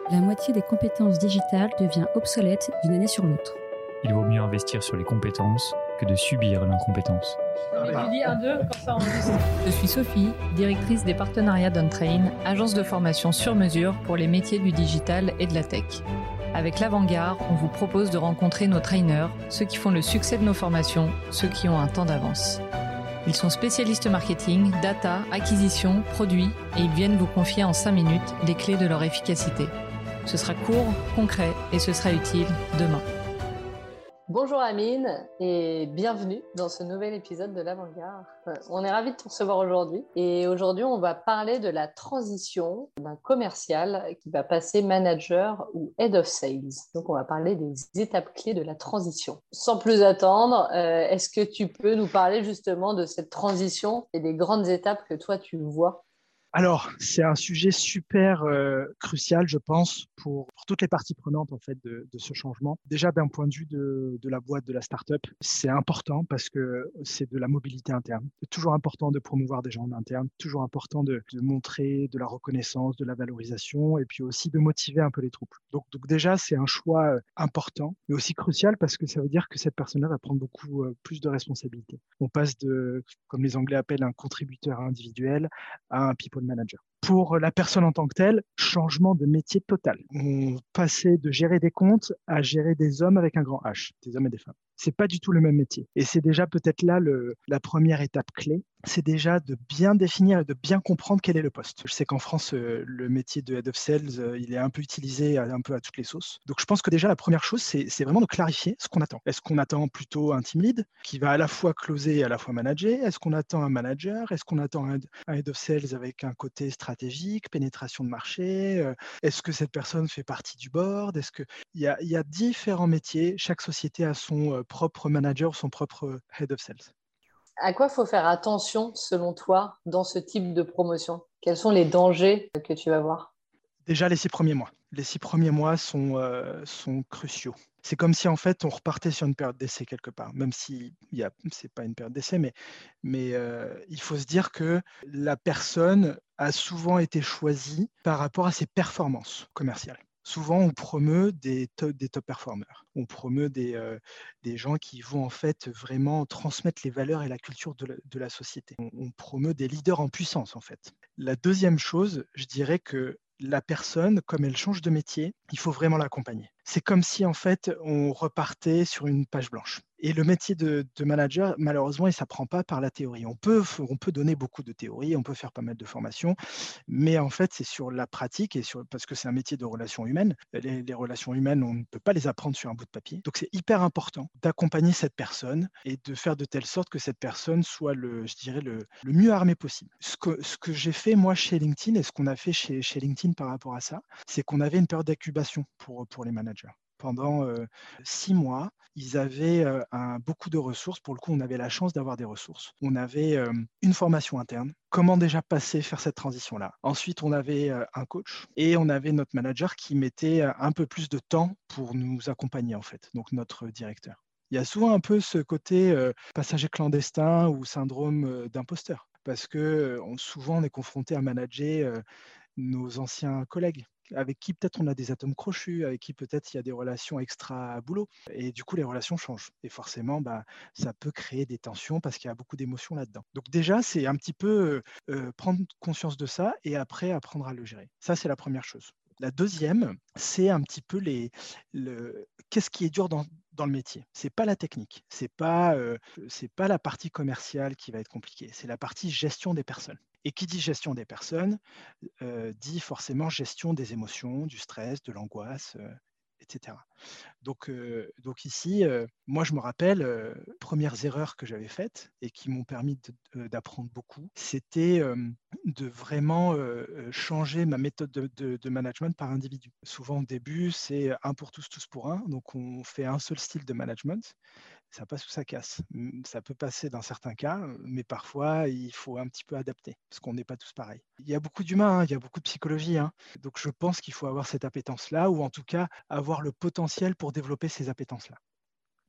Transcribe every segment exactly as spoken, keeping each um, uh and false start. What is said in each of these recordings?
La moitié des compétences digitales devient obsolète d'une année sur l'autre. Il vaut mieux investir sur les compétences que de subir l'incompétence. Mais tu dis un, deux quand ça enregistre. Je suis Sophie, directrice des partenariats d'OnTrain, agence de formation sur mesure pour les métiers du digital et de la tech. Avec l'Avant-Garde, on vous propose de rencontrer nos trainers, ceux qui font le succès de nos formations, ceux qui ont un temps d'avance. Ils sont spécialistes marketing, data, acquisition, produits et ils viennent vous confier en cinq minutes les clés de leur efficacité. Ce sera court, concret et ce sera utile demain. Bonjour Amine et bienvenue dans ce nouvel épisode de l'Avant-Garde. On est ravis de te recevoir aujourd'hui et aujourd'hui on va parler de la transition d'un commercial qui va passer manager ou head of sales. Donc on va parler des étapes clés de la transition. Sans plus attendre, euh, est-ce que tu peux nous parler justement de cette transition et des grandes étapes que toi tu vois ? Alors, c'est un sujet super euh, crucial, je pense, pour, pour toutes les parties prenantes en fait de, de ce changement. Déjà, d'un point de vue de, de la boîte, de la start-up, c'est important parce que c'est de la mobilité interne. C'est toujours important de promouvoir des gens en interne, toujours important de, de montrer de la reconnaissance, de la valorisation et puis aussi de motiver un peu les troupes. Donc, donc déjà, c'est un choix euh, important, mais aussi crucial parce que ça veut dire que cette personne-là va prendre beaucoup euh, plus de responsabilités. On passe de, comme les Anglais appellent, un contributeur individuel à un people manager. Pour la personne en tant que telle, changement de métier total. On passait de gérer des comptes à gérer des hommes avec un grand H, des hommes et des femmes. C'est pas du tout le même métier. Et c'est déjà peut-être là le, la première étape clé, c'est déjà de bien définir et de bien comprendre quel est le poste. Je sais qu'en France, euh, le métier de Head of Sales, euh, il est un peu utilisé à, un peu à toutes les sauces. Donc je pense que déjà la première chose, c'est, c'est vraiment de clarifier ce qu'on attend. Est-ce qu'on attend plutôt un team lead qui va à la fois closer et à la fois manager ? Est-ce qu'on attend un manager ? Est-ce qu'on attend un, un Head of Sales avec un côté stratégique, pénétration de marché ? euh, Est-ce que cette personne fait partie du board ? Est-ce que il y a, il y a différents métiers. Chaque société a son euh, propre manager, son propre Head of Sales. À quoi il faut faire attention selon toi dans ce type de promotion ? Quels sont les dangers que tu vas voir ? Déjà, les six premiers mois. Les six premiers mois sont, euh, sont cruciaux. C'est comme si en fait on repartait sur une période d'essai quelque part, même si ce n'est pas une période d'essai, mais, mais euh, il faut se dire que la personne a souvent été choisie par rapport à ses performances commerciales. Souvent, on promeut des top, des top performers. On promeut des, euh, des gens qui vont en fait vraiment transmettre les valeurs et la culture de la, de la société. On, on promeut des leaders en puissance en fait. La deuxième chose, je dirais que la personne, comme elle change de métier, il faut vraiment l'accompagner. C'est comme si en fait on repartait sur une page blanche. Et le métier de, de manager, malheureusement, il ne s'apprend pas par la théorie. On peut, on peut donner beaucoup de théorie, on peut faire pas mal de formations, mais en fait, c'est sur la pratique et sur, parce que c'est un métier de relations humaines. Les, les relations humaines, on ne peut pas les apprendre sur un bout de papier. Donc, c'est hyper important d'accompagner cette personne et de faire de telle sorte que cette personne soit, le, je dirais, le, le mieux armé possible. Ce que, ce que j'ai fait, moi, chez LinkedIn et ce qu'on a fait chez, chez LinkedIn par rapport à ça, c'est qu'on avait une période d'incubation pour, pour les managers. Pendant euh, six mois, ils avaient euh, un, beaucoup de ressources. Pour le coup, on avait la chance d'avoir des ressources. On avait euh, une formation interne. Comment déjà passer, faire cette transition-là. Ensuite, on avait euh, un coach et on avait notre manager qui mettait euh, un peu plus de temps pour nous accompagner, en fait, donc notre directeur. Il y a souvent un peu ce côté euh, passager clandestin ou syndrome euh, d'imposteur, parce que euh, on, souvent, on est confronté à manager euh, nos anciens collègues, avec qui peut-être on a des atomes crochus, avec qui peut-être il y a des relations extra-boulot. Et du coup, les relations changent. Et forcément, bah, ça peut créer des tensions parce qu'il y a beaucoup d'émotions là-dedans. Donc déjà, c'est un petit peu euh, prendre conscience de ça et après apprendre à le gérer. Ça, c'est la première chose. La deuxième, c'est un petit peu les, le, qu'est-ce qui est dur dans, dans le métier. C'est pas la technique, c'est pas, euh, c'est pas la partie commerciale qui va être compliquée, c'est la partie gestion des personnes. Et qui dit gestion des personnes, euh, dit forcément gestion des émotions, du stress, de l'angoisse, euh, et cetera. Donc, euh, donc ici, euh, moi je me rappelle, euh, premières erreurs que j'avais faites et qui m'ont permis de, de, d'apprendre beaucoup, c'était euh, de vraiment euh, changer ma méthode de, de, de management par individu. Souvent au début, c'est un pour tous, tous pour un, donc on fait un seul style de management. Ça passe ou ça casse. Ça peut passer dans certains cas, mais parfois, il faut un petit peu adapter, parce qu'on n'est pas tous pareils. Il y a beaucoup d'humains, hein, il y a beaucoup de psychologie. Hein. Donc, je pense qu'il faut avoir cette appétence-là, ou en tout cas, avoir le potentiel pour développer ces appétences-là.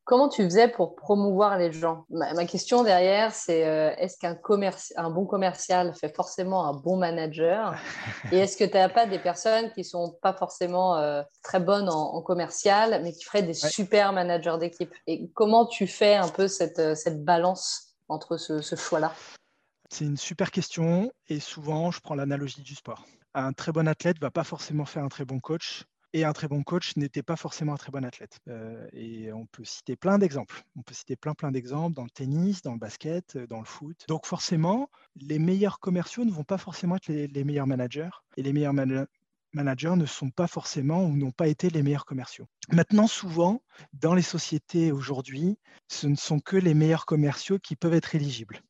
comment tu faisais pour promouvoir les gens? Ma, ma question derrière, c'est euh, est-ce qu'un commerci- un bon commercial fait forcément un bon manager? Et est-ce que tu n'as pas des personnes qui ne sont pas forcément euh, très bonnes en, en commercial, mais qui feraient des Ouais. super managers d'équipe? Et comment tu fais un peu cette, cette balance entre ce, ce choix-là? C'est une super question et souvent, je prends l'analogie du sport. Un très bon athlète ne va pas forcément faire un très bon coach et un très bon coach n'était pas forcément un très bon athlète. Euh, et on peut citer plein d'exemples. On peut citer plein, plein d'exemples dans le tennis, dans le basket, dans le foot. Donc forcément, les meilleurs commerciaux ne vont pas forcément être les, les meilleurs managers et les meilleurs managers managers ne sont pas forcément ou n'ont pas été les meilleurs commerciaux. Maintenant, souvent, dans les sociétés aujourd'hui, ce ne sont que les meilleurs commerciaux qui peuvent être éligibles.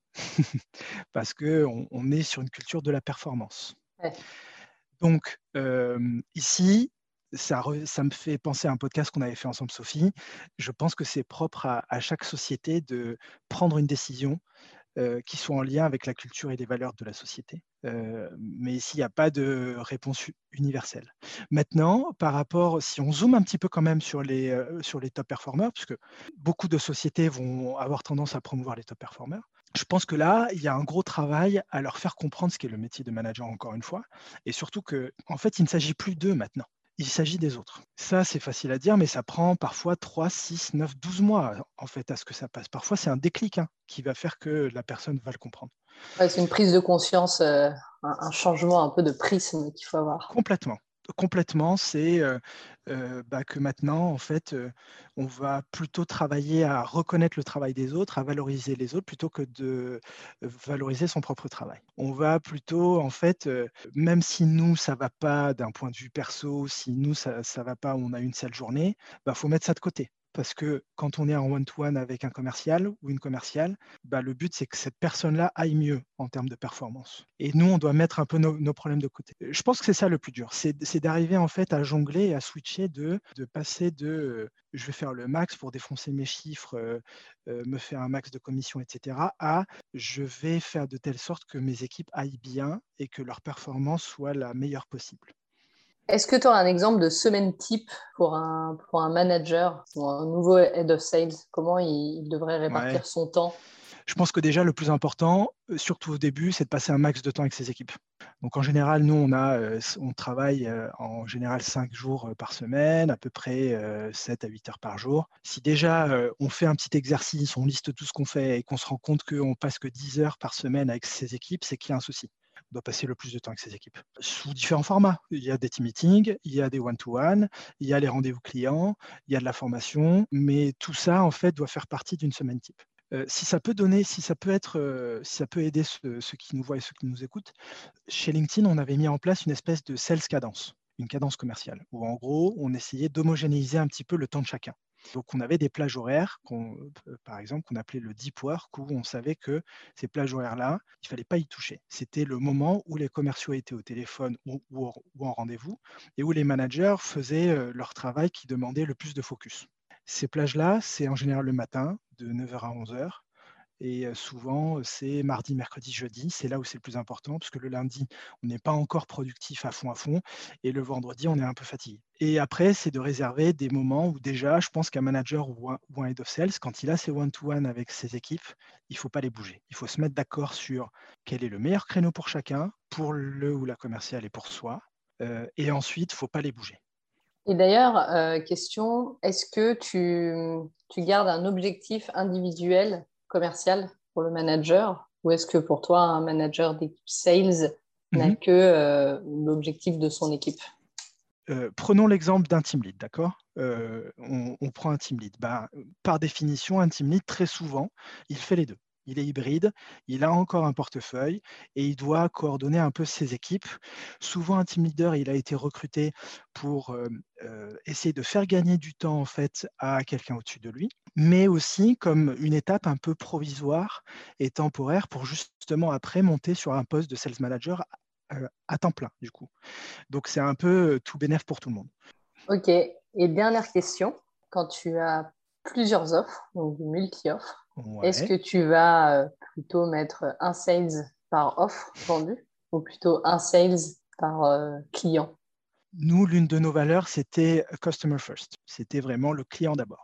Parce qu'on on est sur une culture de la performance. Ouais. Donc, euh, ici, ça, re, ça me fait penser à un podcast qu'on avait fait ensemble, Sophie. Je pense que c'est propre à, à chaque société de prendre une décision euh, qui soit en lien avec la culture et les valeurs de la société. Euh, mais ici, il n'y a pas de réponse universelle. Maintenant, par rapport, si on zoome un petit peu quand même sur les, euh, sur les top performers, puisque beaucoup de sociétés vont avoir tendance à promouvoir les top performers, je pense que là, il y a un gros travail à leur faire comprendre ce qu'est le métier de manager, encore une fois, et surtout qu'en en fait, il ne s'agit plus d'eux maintenant. Il s'agit des autres. Ça, c'est facile à dire, mais ça prend parfois trois, six, neuf, douze mois en fait à ce que ça passe. Parfois, c'est un déclic hein, qui va faire que la personne va le comprendre. Ouais, c'est une prise de conscience, euh, un, un changement un peu de prisme qu'il faut avoir. Complètement. Complètement, c'est euh, euh, bah, que maintenant, en fait, euh, on va plutôt travailler à reconnaître le travail des autres, à valoriser les autres, plutôt que de valoriser son propre travail. On va plutôt, en fait, euh, même si nous, ça ne va pas d'un point de vue perso, si nous, ça ne va pas, on a une sale journée, bah, faut mettre ça de côté. Parce que quand on est en one-to-one avec un commercial ou une commerciale, bah, le but, c'est que cette personne-là aille mieux en termes de performance. Et nous, on doit mettre un peu nos, nos problèmes de côté. Je pense que c'est ça le plus dur. C'est, c'est d'arriver en fait à jongler et à switcher, de, de passer de euh, je vais faire le max pour défoncer mes chiffres, euh, euh, me faire un max de commission, et cetera, à je vais faire de telle sorte que mes équipes aillent bien et que leur performance soit la meilleure possible. Est-ce que tu as un exemple de semaine type pour un, pour un manager ou un nouveau head of sales? Comment il, il devrait répartir Ouais. son temps? Je pense que déjà, le plus important, surtout au début, c'est de passer un max de temps avec ses équipes. Donc, en général, nous, on, a, on travaille en général cinq jours par semaine, à peu près sept à huit heures par jour. Si déjà, on fait un petit exercice, on liste tout ce qu'on fait et qu'on se rend compte qu'on passe que dix heures par semaine avec ses équipes, c'est qu'il y a un souci. On doit passer le plus de temps avec ses équipes. Sous différents formats. Il y a des team meetings, il y a des one-to-one, il y a les rendez-vous clients, il y a de la formation, mais tout ça, en fait, doit faire partie d'une semaine type. Euh, si ça peut donner, si ça peut être, euh, si ça peut aider ceux, ceux qui nous voient et ceux qui nous écoutent, chez LinkedIn, on avait mis en place une espèce de sales cadence, une cadence commerciale, où en gros, on essayait d'homogénéiser un petit peu le temps de chacun. Donc, on avait des plages horaires, qu'on, euh, par exemple, qu'on appelait le deep work, où on savait que ces plages horaires-là, il ne fallait pas y toucher. C'était le moment où les commerciaux étaient au téléphone ou, ou, ou en rendez-vous, et où les managers faisaient euh, leur travail qui demandait le plus de focus. Ces plages-là, c'est en général le matin, de neuf heures à onze heures. Et souvent, c'est mardi, mercredi, jeudi. C'est là où c'est le plus important, parce que le lundi, on n'est pas encore productif à fond à fond. Et le vendredi, on est un peu fatigué. Et après, c'est de réserver des moments où déjà, je pense qu'un manager ou un, ou un head of sales, quand il a ses one-to-one avec ses équipes, il ne faut pas les bouger. Il faut se mettre d'accord sur quel est le meilleur créneau pour chacun, pour le ou la commerciale et pour soi. Euh, et ensuite, il ne faut pas les bouger. Et d'ailleurs, euh, question, est-ce que tu, tu gardes un objectif individuel commercial pour le manager ou est-ce que pour toi, un manager d'équipe sales n'a Mm-hmm. que euh, l'objectif de son équipe? Euh, prenons l'exemple d'un team lead, d'accord euh, on, on prend un team lead. Ben, par définition, un team lead, très souvent, il fait les deux. Il est hybride, il a encore un portefeuille et il doit coordonner un peu ses équipes. Souvent, un team leader, il a été recruté pour euh, euh, essayer de faire gagner du temps en fait à quelqu'un au-dessus de lui, mais aussi comme une étape un peu provisoire et temporaire pour justement après monter sur un poste de sales manager euh, à temps plein du coup. Donc, c'est un peu tout bénef pour tout le monde. Ok. Et dernière question, quand tu as plusieurs offres, donc multi-offres, Ouais. est-ce que tu vas plutôt mettre un sales par offre vendue ou plutôt un sales par euh, client? Nous, l'une de nos valeurs, c'était customer first. C'était vraiment le client d'abord.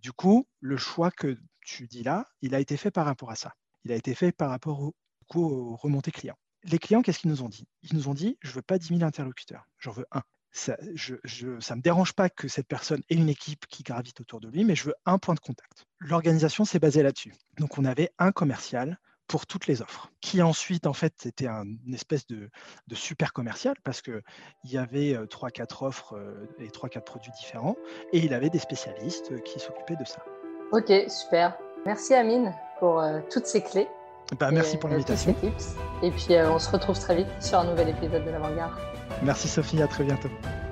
Du coup, le choix que tu dis là, il a été fait par rapport à ça. Il a été fait par rapport au, du coup, aux remontées clients. Les clients, qu'est-ce qu'ils nous ont dit? Ils nous ont dit, je ne veux pas dix mille interlocuteurs, j'en veux un. Ça ne me dérange pas que cette personne ait une équipe qui gravite autour de lui, mais je veux un point de contact. L'organisation s'est basée là-dessus. Donc, on avait un commercial pour toutes les offres, qui ensuite, en fait, était un, une espèce de, de super commercial parce qu'il y avait trois quatre offres euh, et trois quatre produits différents, et il avait des spécialistes qui s'occupaient de ça. Ok, super. Merci Amine pour euh, toutes ces clés. Bah, merci et, pour l'invitation. Tous ces tips. Et puis, euh, on se retrouve très vite sur un nouvel épisode de l'Avant-Garde. Merci Sophie, à très bientôt.